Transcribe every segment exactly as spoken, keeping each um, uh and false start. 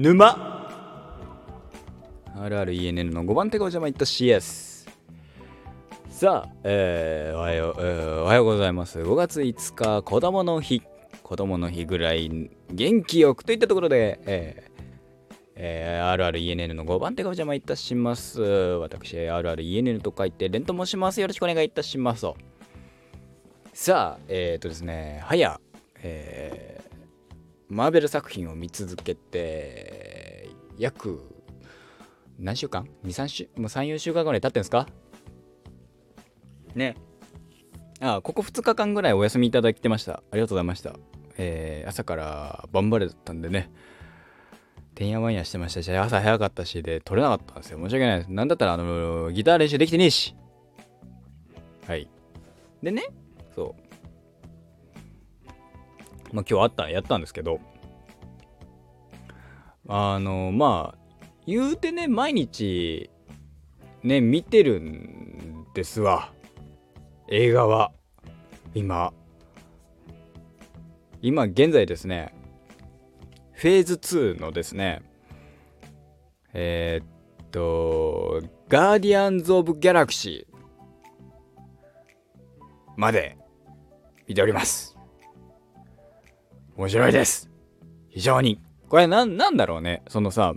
沼 アールアールイーエヌエヌ のごばん手がお邪魔いたしやす。さあ、えー、おはよう、えー、おはようございます。ごがついつか、子供の日。子供の日ぐらい元気よくといったところで、えーえー、アールアールイーエヌエヌ のごばん手がお邪魔いたします。私、アールアールイーエヌエヌ と書いて、レンと申します。よろしくお願いいたします。さあ、えっ、ー、とですね、はや、えー、マーベル作品を見続けて、約、何週間 ?に、さん週、もうさん、よんしゅうかんぐらい経ってんですかね。ああ、ここふつかかんぐらいお休みいただいてました。ありがとうございました。えー、朝からバンバレだったんでね。てんやわんやしてましたし、朝早かったしで撮れなかったんですよ。申し訳ないです。なんだったらあのギター練習できてねえし。はい。でね、そう。まあ今日あったやったんですけど、あのまあ言うてね毎日ね見てるんですわ。映画は今今現在ですね。フェーズツーのですね、えー、っと、ガーディアンズ・オブ・ギャラクシーまで見ております。面白いです。非常に。これな、なんだろうね。そのさ、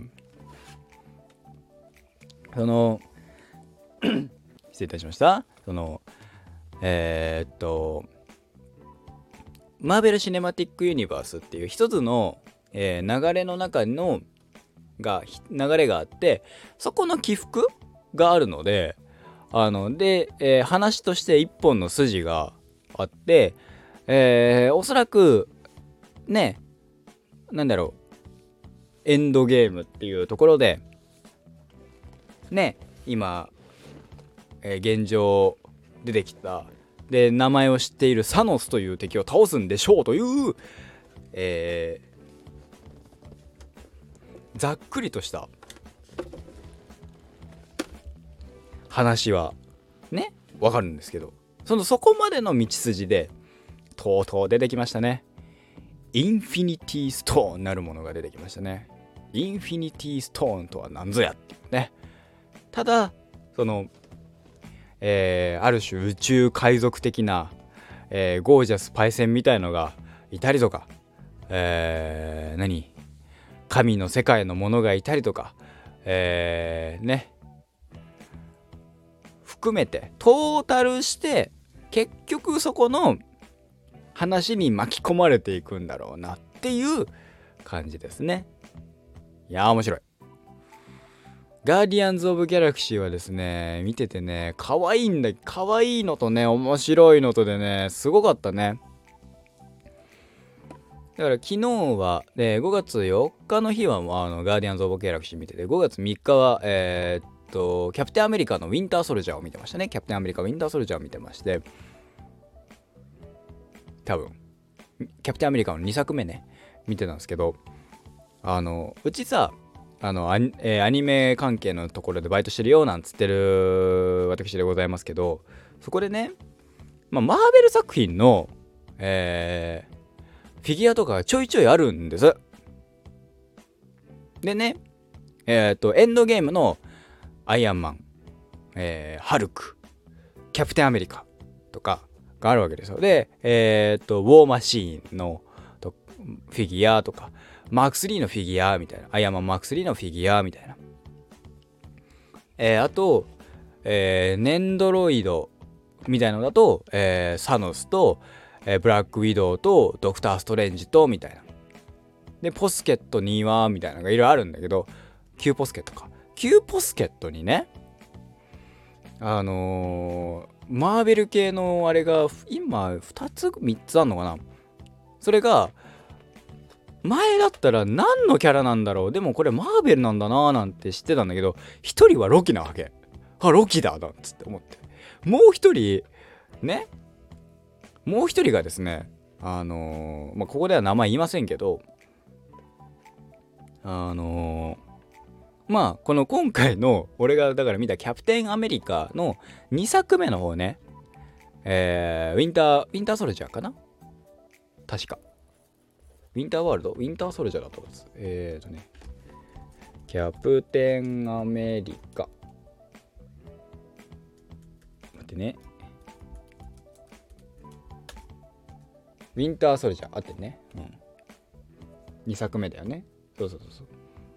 その、失礼いたしました。その、えー、っと、マーベル・シネマティック・ユニバースっていう一つの、えー、流れの中のが流れがあって、そこの起伏があるので、あので、えー、話として一本の筋があって、えー、おそらくね、なんだろう、エンドゲームっていうところでね、今、えー、現状出てきたで名前を知っているサノスという敵を倒すんでしょうという、えー、ざっくりとした話はねわかるんですけど、そのそこまでの道筋でとうとう出てきましたね。インフィニティストーンなるものが出てきましたね。インフィニティストーンとは何ぞやっていうね。ただその、えー、ある種宇宙海賊的な、えー、ゴージャスパイセンみたいのがいたりとか、えー、何神の世界のものがいたりとか、えー、ね含めてトータルして結局そこの話に巻き込まれていくんだろうなっていう感じですね。いやー面白い。ガーディアンズ・オブ・ギャラクシーはですね、見ててね、可愛いんだ、可愛いのとね、面白いのとでね、すごかったね。だから昨日は、えー、ごがつよっかの日はあのガーディアンズ・オブ・ギャラクシー見てて、ごがつみっかは、えー、っと、キャプテンアメリカのウィンター・ソルジャーを見てましたね。キャプテンアメリカウィンター・ソルジャーを見てまして、多分、キャプテンアメリカのにさくめね、見てたんですけど、あの、うちさ、あのアニ、えー、アニメ関係のところでバイトしてるよなんつってる私でございますけど、そこでね、まあ、マーベル作品の、えー、フィギュアとかがちょいちょいあるんです。でね、えっと、エンドゲームのアイアンマン、えー、ハルク、キャプテンアメリカとかがあるわけですよ。で、えっと、ウォーマシーンのとフィギュアとか、マークスリーのフィギュアみたいな、アイアンマンマークスリーのフィギュアみたいな。えー、あと、えー、ネンドロイドみたいなのだと、えー、サノスと、えー、ブラックウィドウとドクターストレンジとみたいな。で、ポスケットにはみたいなのがいろいろあるんだけど、キューポスケットか。キューポスケットにね、あのー、マーベル系のあれが今ふたつみっつあんのかな。それが前だったら何のキャラなんだろう、でもこれマーベルなんだなーなんて知ってたんだけど、一人はロキなわけ。あ、ロキだなんつって思って、もう一人ね、もう一人がですね、あのー、まあここでは名前言いませんけど、あのー、まあこの今回の俺がだから見たキャプテンアメリカのにさくめの方ね、えー、ウィンターウィンターソルジャーかな、確かウィンターワールドウィンターソルジャーだと思うんです。えーとねキャプテンアメリカ。待ってね。ウィンターソルジャーあってね。うん。にさくめだよね。そうそうそうそう。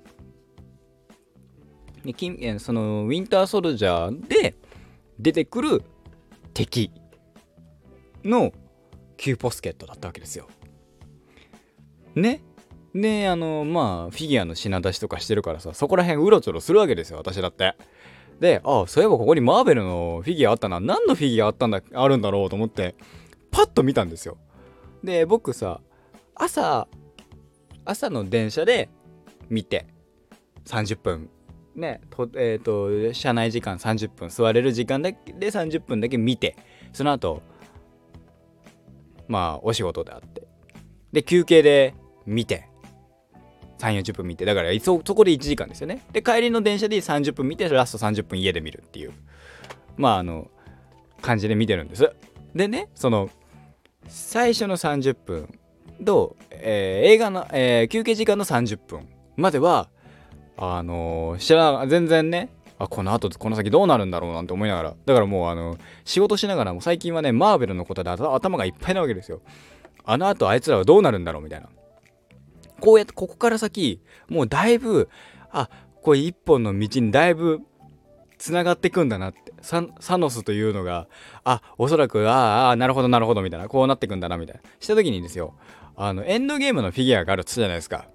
できそのウィンターソルジャーで出てくる敵のキューポスケットだったわけですよ。ね。で、あの、まあ、フィギュアの品出しとかしてるからさ、そこら辺うろちょろするわけですよ、私だって。で、ああ、そういえばここにマーベルのフィギュアあったな。何のフィギュアあったんだ、あるんだろうと思って、パッと見たんですよ。で、僕さ、朝、朝の電車で見て、さんじゅっぷん。ね、とえっ、ー、と、車内時間さんじゅっぷん、座れる時間だけでさんじゅっぷんだけ見て、その後、まあ、お仕事であって。で、休憩で見て、さんじゅうよじゅっぷん見て、だからそそこでいちじかんですよね。で、帰りの電車でさんじゅっぷん見て、ラストさんじゅっぷん家で見るっていう、まあ、あの、感じで見てるんです。でね、その、最初のさんじゅっぷんと、えー、映画の、えー、休憩時間のさんじゅっぷんまでは、あのー、知ら全然ね、あ、この後この先どうなるんだろうなんて思いながら、だからもうあの仕事しながらも最近はね、マーベルのことで頭がいっぱいなわけですよ。あの後あいつらはどうなるんだろうみたいな。こうやってここから先もうだいぶ、あ、これ一本の道にだいぶつながっていくんだなって、ササノスというのが、あ、おそらく、ああなるほどなるほどみたいな、こうなっていくんだなみたいなした時にですよ、あのエンドゲームのフィギュアがあるっつったじゃないですか。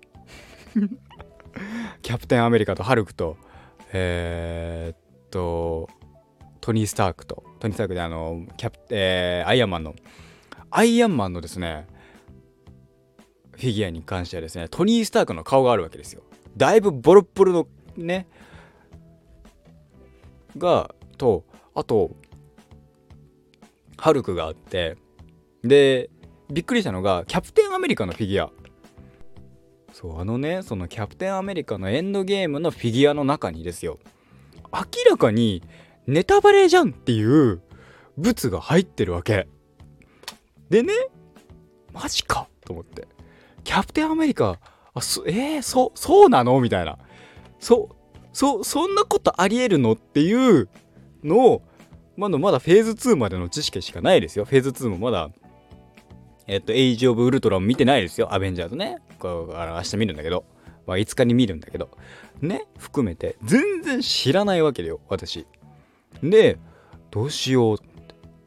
キャプテンアメリカとハルクとえー、っとトニー・スタークとトニー・スタークであのキャプ、えー、アイアンマンのアイアンマンのですねフィギュアに関してはですね、トニー・スタークの顔があるわけですよ。だいぶボロッボロのねがと、あとハルクがあって、でびっくりしたのがキャプテンアメリカのフィギュア。そうあのね、そのキャプテンアメリカのエンドゲームのフィギュアの中にですよ、明らかにネタバレじゃんっていう物が入ってるわけでね、マジかと思って、キャプテンアメリカ、あそえー、そそうなのみたいな、そそそんなことありえるのっていうのを、まだまだフェーズツーまでの知識しかないですよ。フェーズツーもまだえっとエイジオブウルトラも見てないですよ。アベンジャーズね、これ明日見るんだけど、まあ、いつかに見るんだけどね、含めて全然知らないわけだよ私。でどうしようって、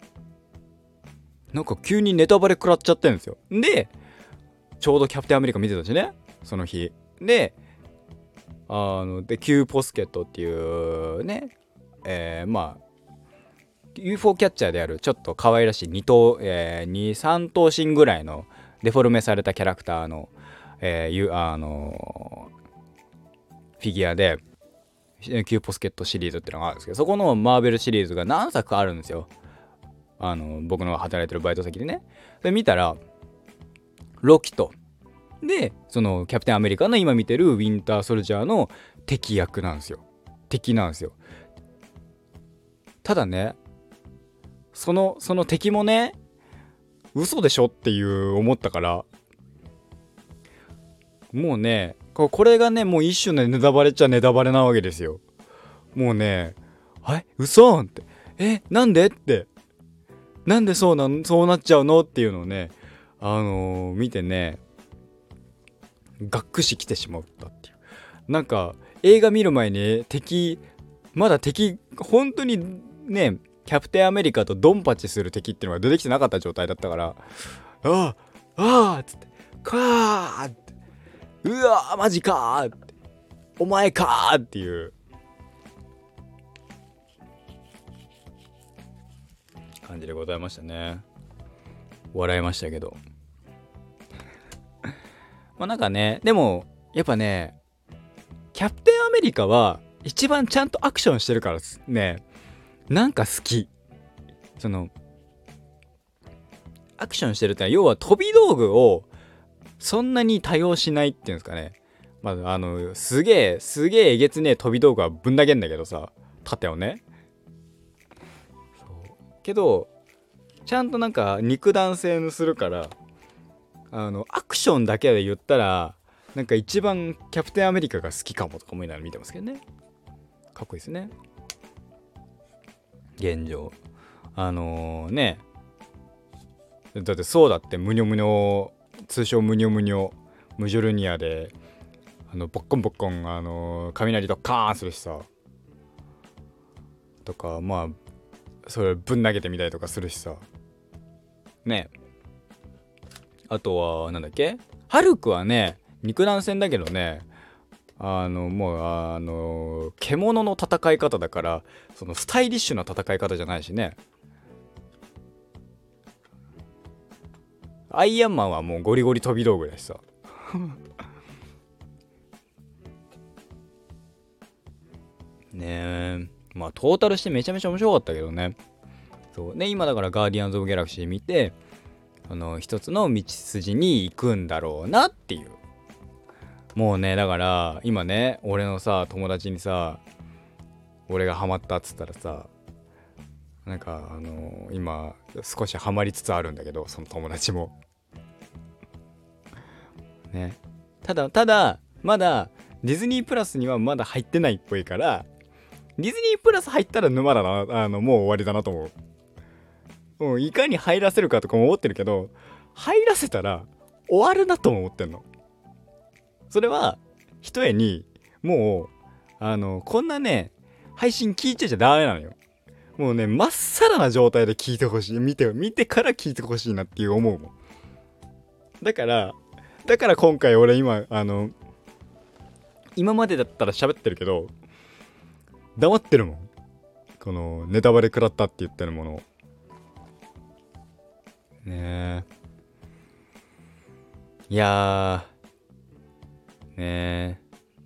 なんか急にネタバレ食らっちゃってるんですよ。でちょうどキャプテンアメリカ見てたしね、その日で、あのでキューポスケットっていうね、えー、まあ ユーフォー キャッチャーであるちょっと可愛らしいに頭、えー、に、さん頭身ぐらいのデフォルメされたキャラクターの、えー、あのー、フィギュアでキューポスケットシリーズっていうのがあるんですけど、そこのマーベルシリーズが何作かあるんですよ。あの僕の働いてるバイト先でね。で見たらロキとでそのキャプテンアメリカの今見てるウィンターソルジャーの敵役なんですよ。敵なんですよ。ただね、そのその敵もね、嘘でしょっていう思ったから、もうねこれがね、もう一種のネタバレっちゃネタバレなわけですよ。もうね、はい嘘って、えなんでってなんでそうなんそうなっちゃうのっていうのをね、あのー、見てね、がっくし来てしまったっていう。なんか映画見る前に敵まだ敵本当にね、キャプテンアメリカとドンパチする敵っていうのが出てきてなかった状態だったから、ああああっつってかーって、うわーマジかーって、お前かーっていう感じでございましたね。笑いましたけどまあなんかね、でもやっぱね、キャプテンアメリカは一番ちゃんとアクションしてるからね、なんか好き。そのアクションしてるってのは要は飛び道具をそんなに多用しないっていうんですかね。まああのすげえすげええげつねえ飛び道具はぶん投げんだけどさ、盾をね。そうけどちゃんとなんか肉弾性にするから、あのアクションだけで言ったらなんか一番キャプテンアメリカが好きかもとか思いながら見てますけどね。かっこいいですね。現状あのー、ねだってそうだってムニョムニョ通称ムニョムニョムジョルニアであのボッコンボッコンあのー、雷とカーンするしさとかまあそれぶん投げてみたりとかするしさね。あとはなんだっけハルクはね肉弾戦だけどねあのもうあの獣の戦い方だからそのスタイリッシュな戦い方じゃないしね。アイアンマンはもうゴリゴリ飛び道具だしさねえまあトータルしてめちゃめちゃ面白かったけどね。そうね今だからガーディアンズ・オブ・ギャラクシー見てあの一つの道筋に行くんだろうなっていう。もうねだから今ね俺のさ友達にさ俺がハマったっつったらさなんかあのー、今少しハマりつつあるんだけどその友達もねただただまだディズニープラスにはまだ入ってないっぽいからディズニープラス入ったら沼だなあのもう終わりだなと思う。もういかに入らせるかとかも思ってるけど入らせたら終わるなとも思ってんの。それはひとえにもうあのこんなね配信聞いちゃいちゃダメなのよ。もうねまっさらな状態で聞いてほしい見て見てから聞いてほしいなっていう思うもん。だからだから今回俺今あの今までだったら喋ってるけど黙ってるもん。このネタバレ食らったって言ってるものねえいやーねえ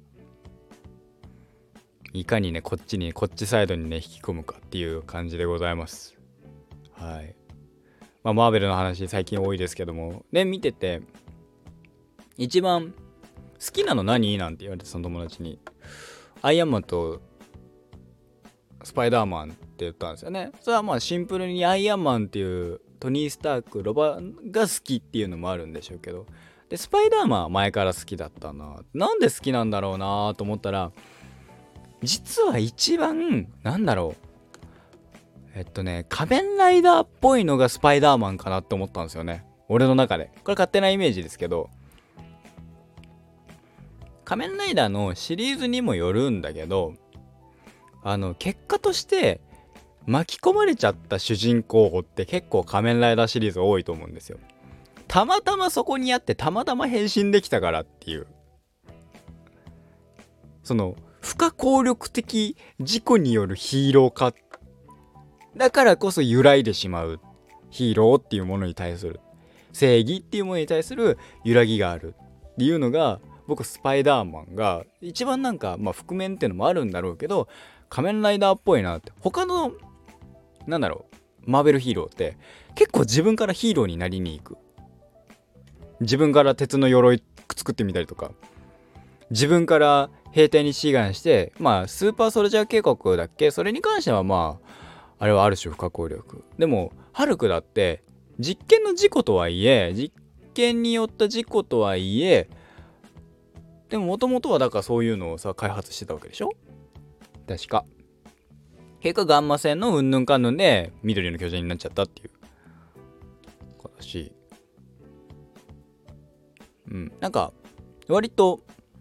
いかにねこっちにこっちサイドにね引き込むかっていう感じでございます。はいまあマーベルの話最近多いですけどもね見てて一番好きなの何なんて言われてその友達にアイアンマンとスパイダーマンって言ったんですよね。それはまあシンプルにアイアンマンっていうトニー・スタークロバが好きっていうのもあるんでしょうけどでスパイダーマンは前から好きだったな。なんで好きなんだろうなと思ったら実は一番なんだろうえっとね仮面ライダーっぽいのがスパイダーマンかなって思ったんですよね俺の中で。これ勝手なイメージですけど仮面ライダーのシリーズにもよるんだけどあの結果として巻き込まれちゃった主人公って結構仮面ライダーシリーズ多いと思うんですよ。たまたまそこにあってたまたま変身できたからっていうその不可抗力的事故によるヒーロー化だからこそ揺らいでしまうヒーローっていうものに対する正義っていうものに対する揺らぎがあるっていうのが僕スパイダーマンが一番なんかまあ覆面っていうのもあるんだろうけど仮面ライダーっぽいなって。他のなんだろうマーベルヒーローって結構自分からヒーローになりに行く。自分から鉄の鎧作ってみたりとか自分から兵隊に志願してまあスーパーソルジャー計画だっけそれに関してはまああれはある種不可抗力でもハルクだって実験の事故とはいえ実験によった事故とはいえでももともとはだからそういうのをさ開発してたわけでしょ確か。結果ガンマ線のうんぬんかんぬんで緑の巨人になっちゃったっていうことだしうんなんか割と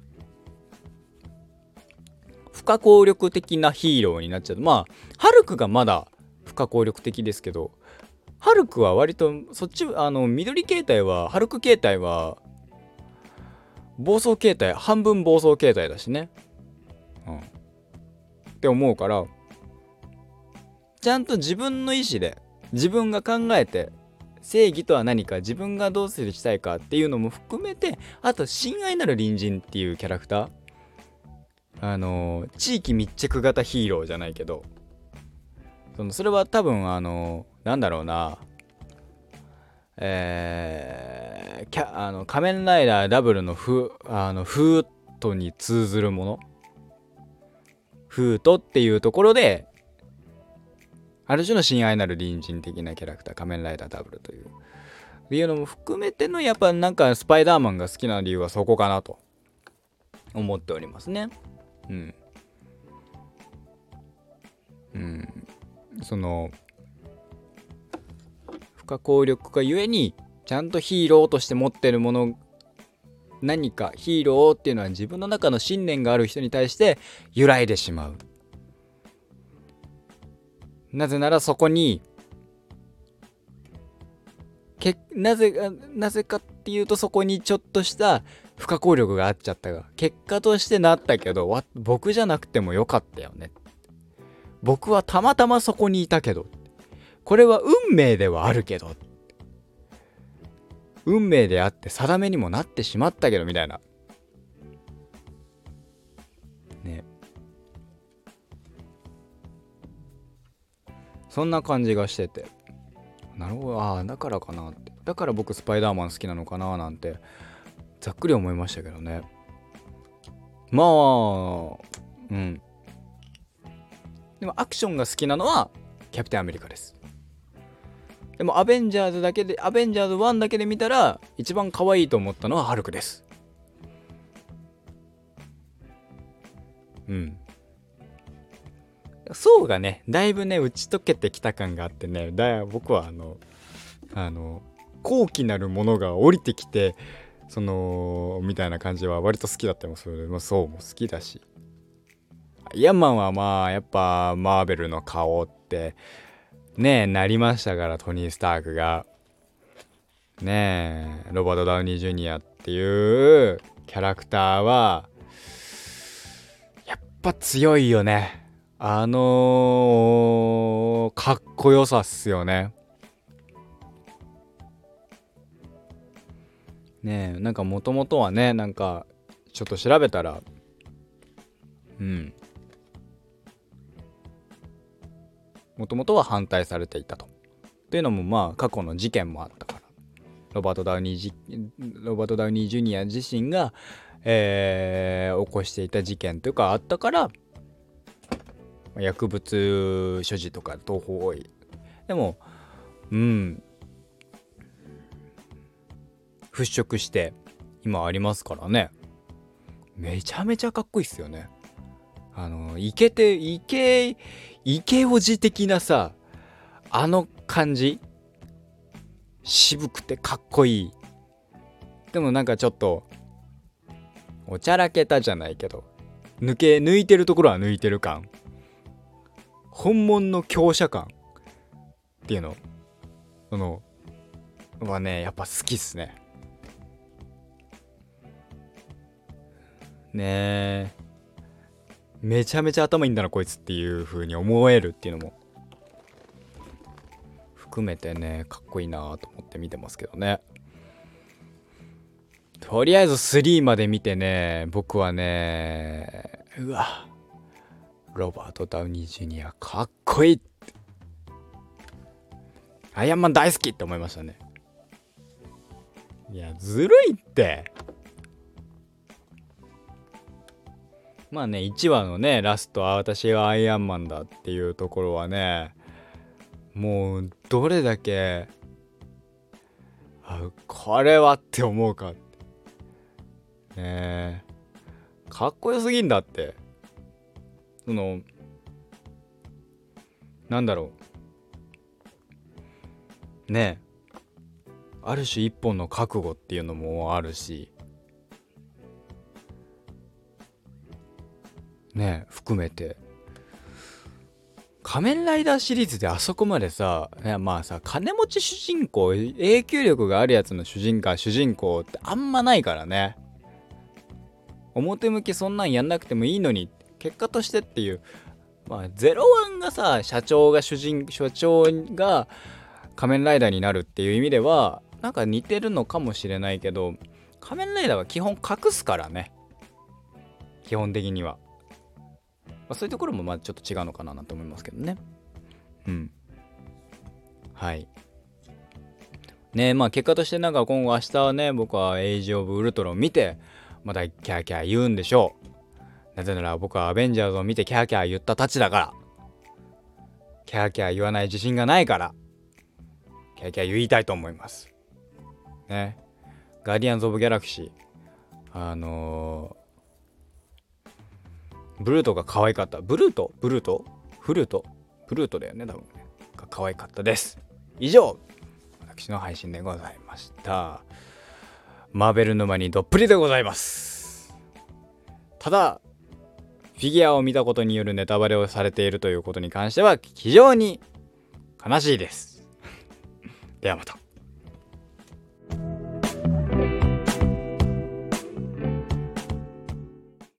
不可抗力的なヒーローになっちゃう。まあハルクがまだ不可抗力的ですけどハルクは割とそっちあの緑形態はハルク形態は暴走形態半分暴走形態だしねうんって思うからちゃんと自分の意思で自分が考えて正義とは何か自分がどうするしたいかっていうのも含めてあと親愛なる隣人っていうキャラクターあのー、地域密着型ヒーローじゃないけどそのそれは多分あのー、なんだろうなえー、キャあの仮面ライダーダブルのフあのフートに通ずるものフートっていうところである種の親愛なる隣人的なキャラクター仮面ライダーダブルというっていうのも含めてのやっぱなんかスパイダーマンが好きな理由はそこかなと思っておりますね。うん。うん。その不可抗力がゆえにちゃんとヒーローとして持ってるもの、何かヒーローっていうのは自分の中の信念がある人に対して揺らいでしまう。なぜならそこにけなぜなぜかっていうと、そこにちょっとした不可抗力があっちゃったが結果としてなったけど、わ僕じゃなくてもよかったよね。僕はたまたまそこにいたけど、これは運命ではあるけど、運命であって定めにもなってしまったけどみたいなね、そんな感じがしてて、なるほど、ああだからかなって、だから僕スパイダーマン好きなのかななんてざっくり思いましたけどね。まあうんでもアクションが好きなのはキャプテンアメリカです。でもアベンジャーズだけでアベンジャーズワンだけで見たら一番可愛いと思ったのはハルクです。うん。層がねだいぶね打ち解けてきた感があってね、だ僕はあのあの高貴なるものが降りてきて、そのみたいな感じは割と好きだったりもする。そうも好きだし、イアンマンはまあやっぱマーベルの顔ってねえなりましたから、トニー・スタークがねえロバート・ダウニー・ジュニアっていうキャラクターはやっぱ強いよね。あのー、かっこよさっすよね。ねえなんかもともとはね、なんかちょっと調べたら、うんもともとは反対されていたと。というのもまあ過去の事件もあったから、ロバート・ダウニージロバート・ダウニー・ジュニア自身が、えー、起こしていた事件というかあったから、薬物所持とか東方多い。でもうん払拭して今ありますからね。めちゃめちゃかっこいいっすよね。あのイケてイケイケオジ的なさ、あの感じ、渋くてかっこいい。でもなんかちょっとおちゃらけたじゃないけど、抜け抜いてるところは抜いてる感、本物の強者感っていうのそのはねやっぱ好きっすね。ねえめちゃめちゃ頭いいんだなこいつっていう風に思えるっていうのも含めてねかっこいいなと思って見てますけどね。とりあえずスリーまで見てね、僕はね、うわロバート・ダウニー・ジュニアかっこいい、アイアンマン大好きって思いましたね。いやずるいって。まあねいちわのねラストは私はアイアンマンだっていうところはね、もうどれだけあこれはって思うかってねえ、かっこよすぎんだって。そのなんだろうねえ、ある種一本の覚悟っていうのもあるしねえ含めて、仮面ライダーシリーズであそこまでさ、ね、まあさ金持ち主人公影響力があるやつの主人公主人公ってあんまないからね。表向きそんなんやんなくてもいいのに結果としてっていう、まあゼロワンがさ社長が主人社長が仮面ライダーになるっていう意味ではなんか似てるのかもしれないけど、仮面ライダーは基本隠すからね基本的には、まあ、そういうところもまあちょっと違うのかななんて思いますけどね。うんはいねえ、まあ結果としてなんか今後明日はね僕はエイジ・オブ・ウルトロンを見てまたキャーキャー言うんでしょう。なぜなら僕はアベンジャーズを見てキャーキャー言ったたちだから。キャーキャー言わない自信がないからキャーキャー言いたいと思いますね。ガーディアンズ・オブ・ギャラクシーあのブルートが可愛かった。ブルートブルートフルートブルートだよね、多分ね。が可愛かったです。以上、私の配信でございました。マーベル沼にどっぷりでございます。ただ、フィギュアを見たことによるネタバレをされているということに関しては非常に悲しいです。ではまた。